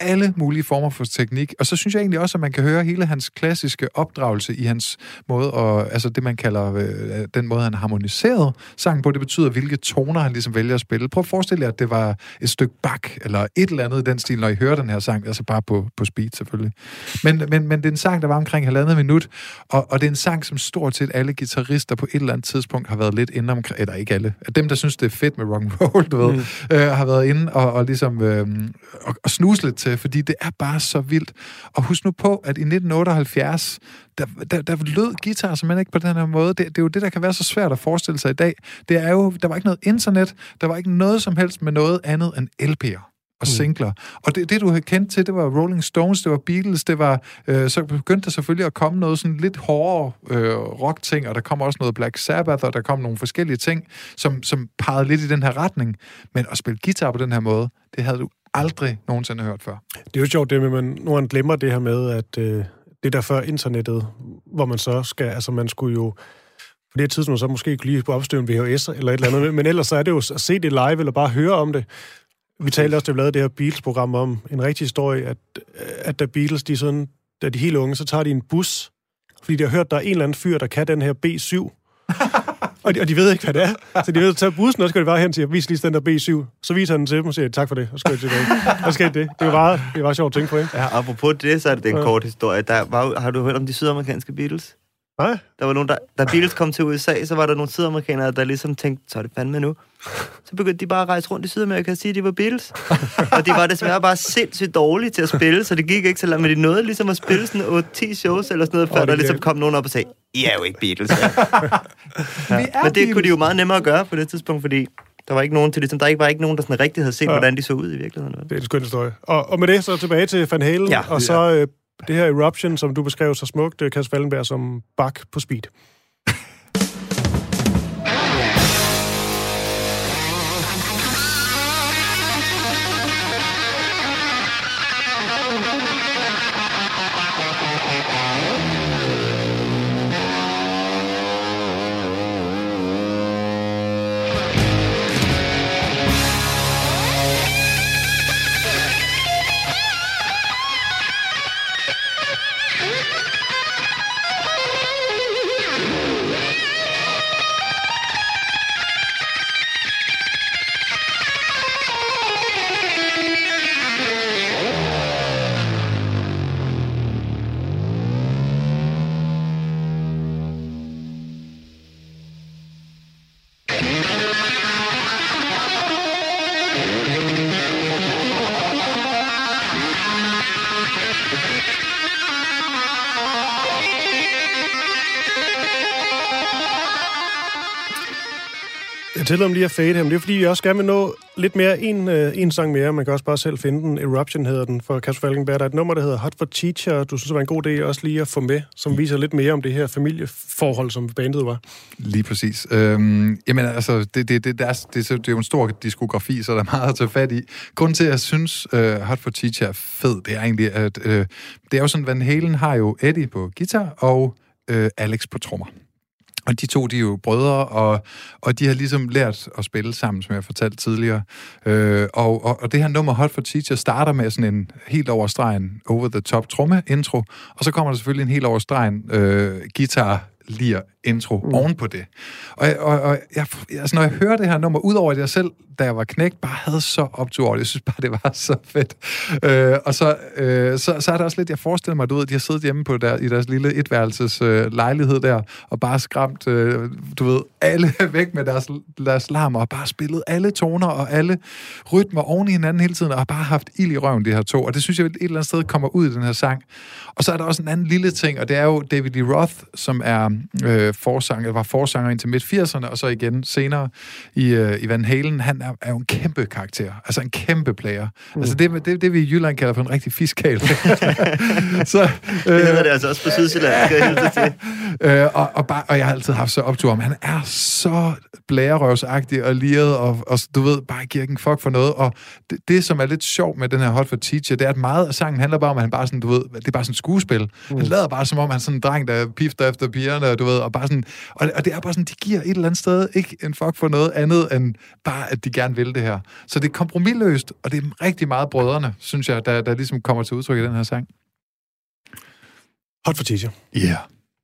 alle mulige former for teknik. Og så synes jeg egentlig også, at man kan høre hele hans klassiske opdragelse i hans måde, og altså det, man kalder den måde, han harmoniserede sangen på. Det betyder, hvilke toner han ligesom vælger at spille. Prøv at forestille jer, at det var et stykke Bach, eller et eller andet i den stil, når I hører den her sang, altså bare på speed selvfølgelig. Men det er en sang, der var omkring 1,5 minut, og det er en sang, som stort set alle guitarister på et eller andet tidspunkt har været lidt inde omkring, eller ikke alle, dem, der synes, det er fedt med rock'n'roll, du ved, har været inde og ligesom og snuse lidt til, fordi det er bare så vildt. Og husk nu på, at i 1978, der lød guitar simpelthen ikke på den her måde. Det er jo det, der kan være så svært at forestille sig i dag. Det er jo, der var ikke noget internet, der var ikke noget som helst med noget andet end LP'er og singler. Og det du havde kendt til, det var Rolling Stones, det var Beatles, det var, så begyndte der selvfølgelig at komme noget sådan lidt hårdere rock-ting, og der kom også noget Black Sabbath, og der kom nogle forskellige ting, som pegede lidt i den her retning. Men at spille guitar på den her måde, det havde du aldrig nogensinde hørt før. Det er jo sjovt, det med, når man glemmer det her med, at det der før internettet, hvor man så skal, altså man skulle jo på det tidspunkt så måske ikke lige opstøve en VHS eller et eller andet, men ellers så er det jo at se det live, eller bare høre om det. Vi talte også, da vi lavede det her Beatles-program om en rigtig historie, at da Beatles, da de er helt unge, så tager de en bus, fordi de har hørt, der er en eller anden fyr, der kan den her B7. og de ved ikke, hvad det er. Så de ved at tage bussen, og så skal de bare hen til at vise lige den der B7. Så viser han den til dem og siger, tak for det, og så skal jeg tilbage. Og så skal det. Det var sjovt at tænke på, ikke? Ja, apropos det, så er det en kort historie. Har du hørt om de sydamerikanske Beatles? Nej. Der var nogen, da Beatles kom til USA, så var der nogle sydamerikanere, der ligesom tænkte, så er det fandme nu. Så begyndte de bare at rejse rundt i Sydamerika og sige, at de var Beatles. Og de var desværre bare sindssygt dårlige til at spille, så det gik ikke så langt. Men de nåede ligesom at spille sådan 8-10 shows eller sådan noget, før der ligesom kom nogen op og sagde, I er jo ikke Beatles. Ja. Men det kunne de jo meget nemmere at gøre på det tidspunkt, fordi der var ikke nogen til ligesom, der var ikke nogen, der sådan rigtig havde set, hvordan de så ud i virkeligheden. Det er en skøn historie. Og med det så tilbage til Van Halen, og så det her Eruption, som du beskrev så smukt, Kasper Falkenberg, som Bach på speed. Jeg tillader mig lige at fade ham. Det er fordi, jeg også gerne vil nå lidt mere en sang mere. Man kan også bare selv finde den. Eruption hedder den for Kasper Falkenberg. Der er et nummer, der hedder Hot for Teacher. Du synes, det var en god idé også lige at få med, som viser lidt mere om det her familieforhold, som bandet var. Lige præcis. Jamen altså, det er jo en stor diskografi, så der er meget at tage fat i. Grunden til, at jeg synes, Hot for Teacher er fed, det er egentlig, at det er jo sådan, Van Halen har jo Eddie på guitar og Alex på trommer. Og de to, de er jo brødre, og de har ligesom lært at spille sammen, som jeg fortalte tidligere. Og det her nummer, Hot for Teacher, starter med sådan en helt over stregen over-the-top tromme-intro, og så kommer der selvfølgelig en helt over stregen guitar lir intro oven på det. Og jeg, altså, når jeg hører det her nummer, udover at jeg selv, da jeg var knægt, bare havde så optur over det. Jeg synes bare, det var så fedt. Og så er der også lidt, jeg forestiller mig, du ved, at de har siddet hjemme i deres lille etværelses lejlighed der, og bare skræmt, du ved, alle væk med deres larmer, og bare spillet alle toner og alle rytmer oven i hinanden hele tiden, og har bare haft ild i røven, de her to. Og det synes jeg et eller andet sted kommer ud i den her sang. Og så er der også en anden lille ting, og det er jo David Lee Roth, som er var forsanger indtil midt-80'erne, og så igen senere i Van Halen. Han er jo en kæmpe karakter. Altså en kæmpe player. Altså det vi i Jylland kalder for en rigtig fiskal. Så, det hedder det altså også på Sydsjælland. Og jeg har altid haft så optur om, han er så blærerøvsagtig og liret, og du ved, bare giver ikke en fuck for noget. Og det, som er lidt sjovt med den her Hot for Teacher, det er, at meget af sangen handler bare om, at han bare sådan, du ved, det er bare sådan skuespil. Han lader bare som om, han er sådan en dreng, der pifter efter pigerne, brødrene, du ved, og bare sådan, og det er bare sådan, de giver et eller andet sted ikke en fuck for noget andet, end bare, at de gerne vil det her. Så det er kompromisløst, og det er rigtig meget brødrene, synes jeg, der ligesom kommer til udtryk i den her sang. Hot for teacher. Ja. Yeah.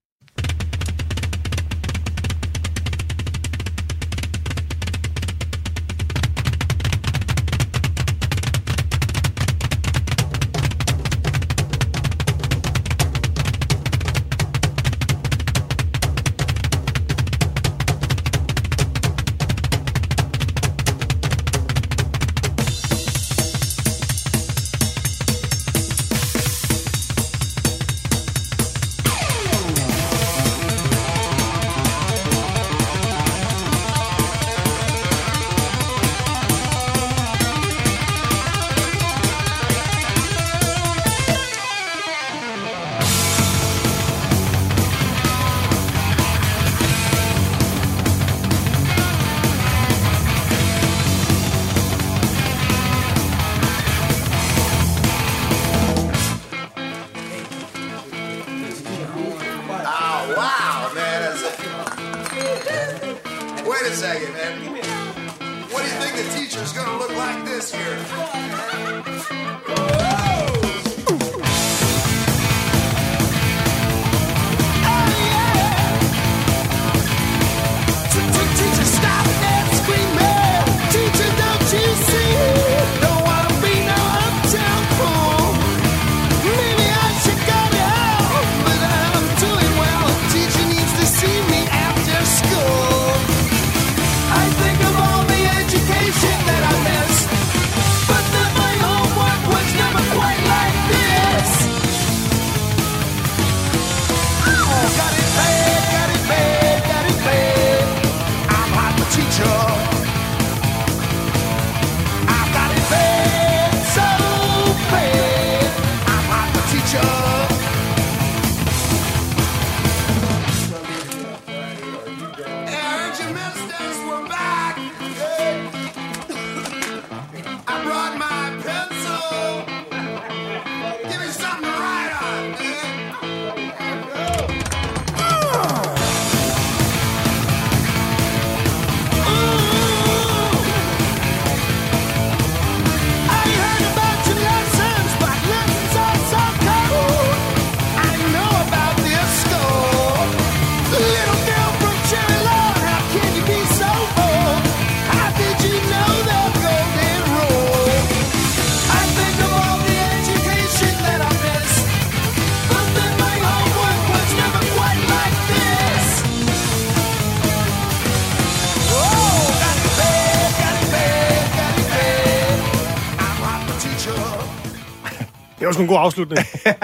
Det var sgu en god afslutning.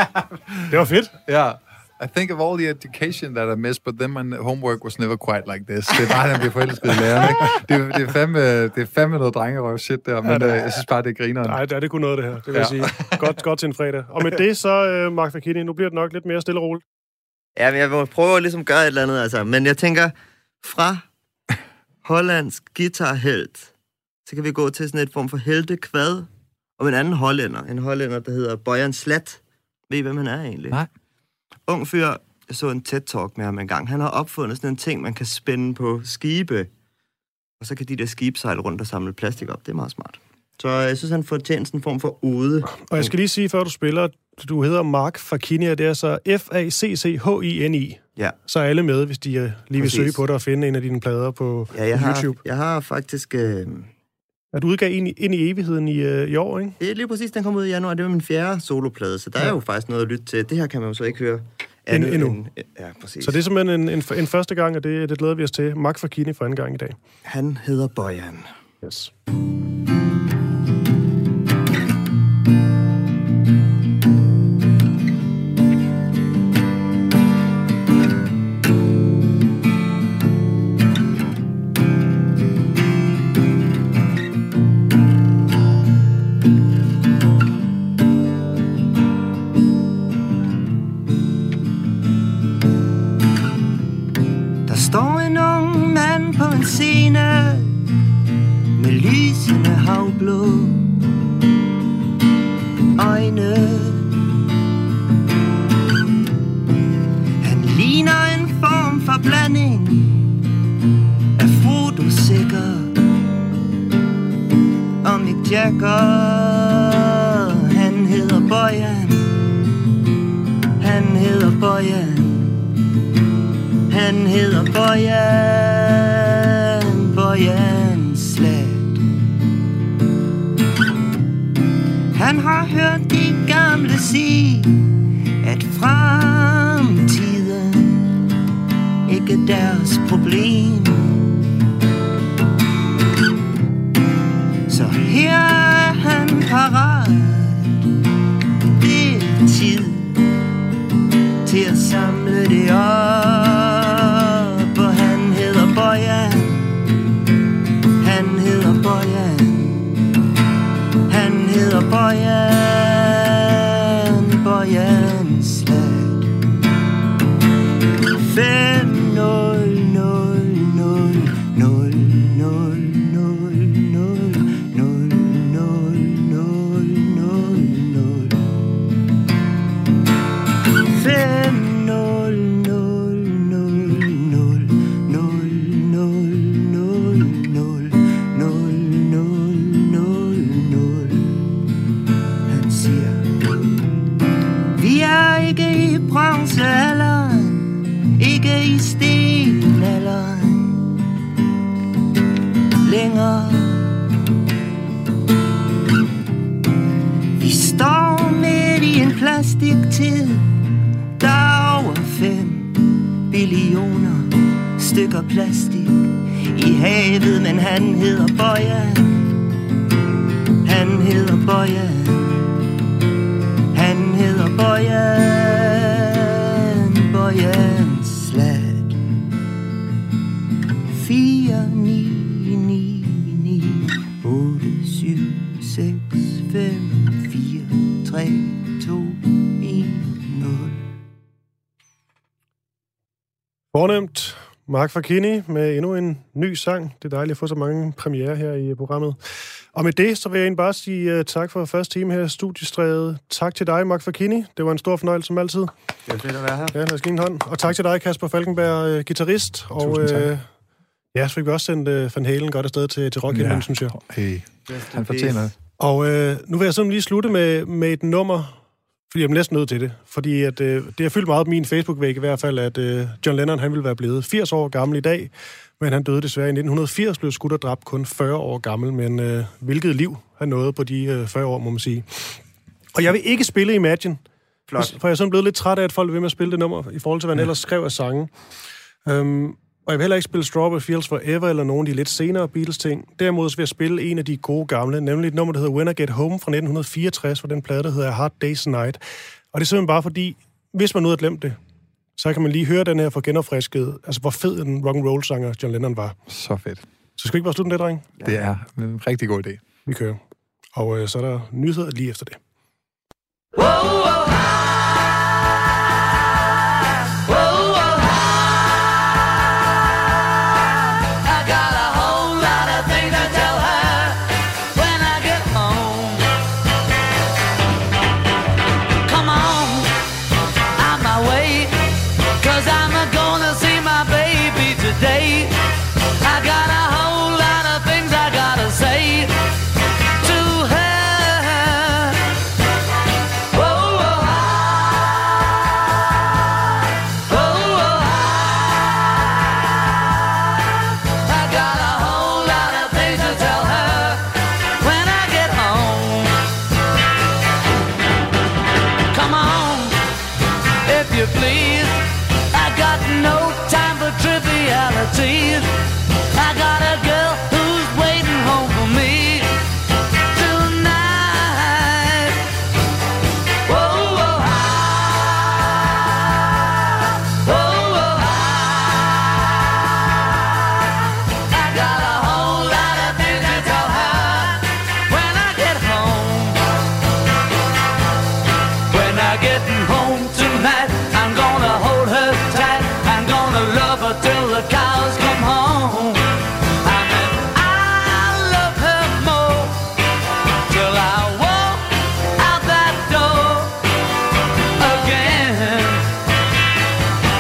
Det var fedt. Ja. I think of all the education that I missed, but then my homework was never quite like this. Det er bare, den bliver forelsket i læreren, ikke? Det er fandme noget drengerøv shit der, men jeg synes bare, det er grineren. Nej, det er kun noget, det her. Det vil jeg sige. Godt til en fredag. Og med det så, Mark Fakini, nu bliver det nok lidt mere stille og roligt. Ja, men jeg vil prøve at ligesom gøre et eller andet, altså. Men jeg tænker, fra hollandsk guitarhelt, så kan vi gå til sådan et form for heltekvad om en anden hollænder. En hollænder, der hedder Boyan Slat. Ved I, hvem han er egentlig? Nej. Ung fyr, jeg så en TED-talk med ham en gang. Han har opfundet sådan en ting, man kan spænde på skibe. Og så kan de der skibe sejle rundt og samle plastik op. Det er meget smart. Så jeg synes, han får tjent sådan en form for ude. Og jeg skal lige sige, før du spiller, du hedder Mark Fakini, og det er så F-A-C-C-H-I-N-I. Ja. Så er alle med, hvis de lige vil søge på dig og finde en af dine plader på YouTube. Jeg har faktisk... At du udgav ind i evigheden i år, ikke? Det er lige præcis, den kom ud i januar. Det var min 4. soloplade, så der er jo faktisk noget at lytte til. Det her kan man jo så ikke høre endnu. Ja, præcis. Så det er simpelthen en første gang, og det glæder vi os til. Mark Fakini for anden gang i dag. Han hedder Boyan. Yes. Står en ung mand på en scene med lysende havblå øjne. Han ligner en form lækker. Han hedder Bojan. Han hedder Bojan. Han hedder Bojan. Bojan Slat. Han har hørt de gamle sige, at fremtiden ikke er deres problem. Så her er han parat. Det er tid til at samle det op. Og han hedder Bojan. Han hedder Bojan. Han hedder Bojan. Bojan Slat. 5 0 0 0 0 0 ikke i stenalderen længere. Vi står midt i en plastiktid. Der er over 5 billioner stykker plastik i havet, men han hedder Bojan. Han hedder Bojan. Han hedder Bojan. Bojan Slat. 4 9 9 9 8 7 6 5 4 3 2 1 0. Fornemt. Mark Farchini med endnu en ny sang. Det er dejligt at få så mange premiere her i programmet. Og med det, så vil jeg egentlig bare sige tak for første time her i Studiestræde. Tak til dig, Mark Farchini. Det var en stor fornøjelse som altid. Det er fedt at være her. Ja, lad os give en hånd. Og tak til dig, Kasper Falkenberg, guitarist. Og ja, så fik vi også sendt Van Halen godt afsted til Rock, synes jeg. Hey, han fortjener det. Og nu vil jeg sådan lige slutte med et nummer, fordi jeg er næsten nødt til det. Fordi at, det har fyldt meget på min Facebook-væg i hvert fald, at John Lennon han ville være blevet 80 år gammel i dag, men han døde desværre i 1980, blev skudt og dræbt kun 40 år gammel, men hvilket liv han nåede på de 40 år, må man sige. Og jeg vil ikke spille Imagine, Flot. for jeg er sådan blevet lidt træt af, at folk vil med at spille det nummer, i forhold til, hvad han ellers skrev af sange. Og jeg vil heller ikke spille Strawberry Fields Forever, eller nogen af de lidt senere Beatles-ting. Derimod så vil jeg spille en af de gode gamle, nemlig et nummer, der hedder When I Get Home fra 1964, for den plade, der hedder Hard Day's Night. Og det er simpelthen bare fordi, hvis man nu har glemt det, så kan man lige høre den her for genopfrisket, altså hvor fed en rock'n'roll-sanger John Lennon var. Så fedt. Så skal vi ikke bare slutte med det, dreng? Det er en rigtig god idé. Vi kører. Og så er der nyheder lige efter det.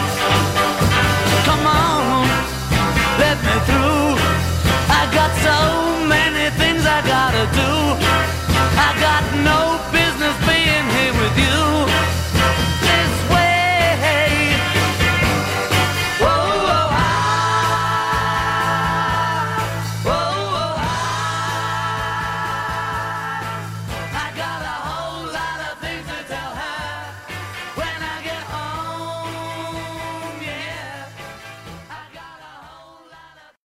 So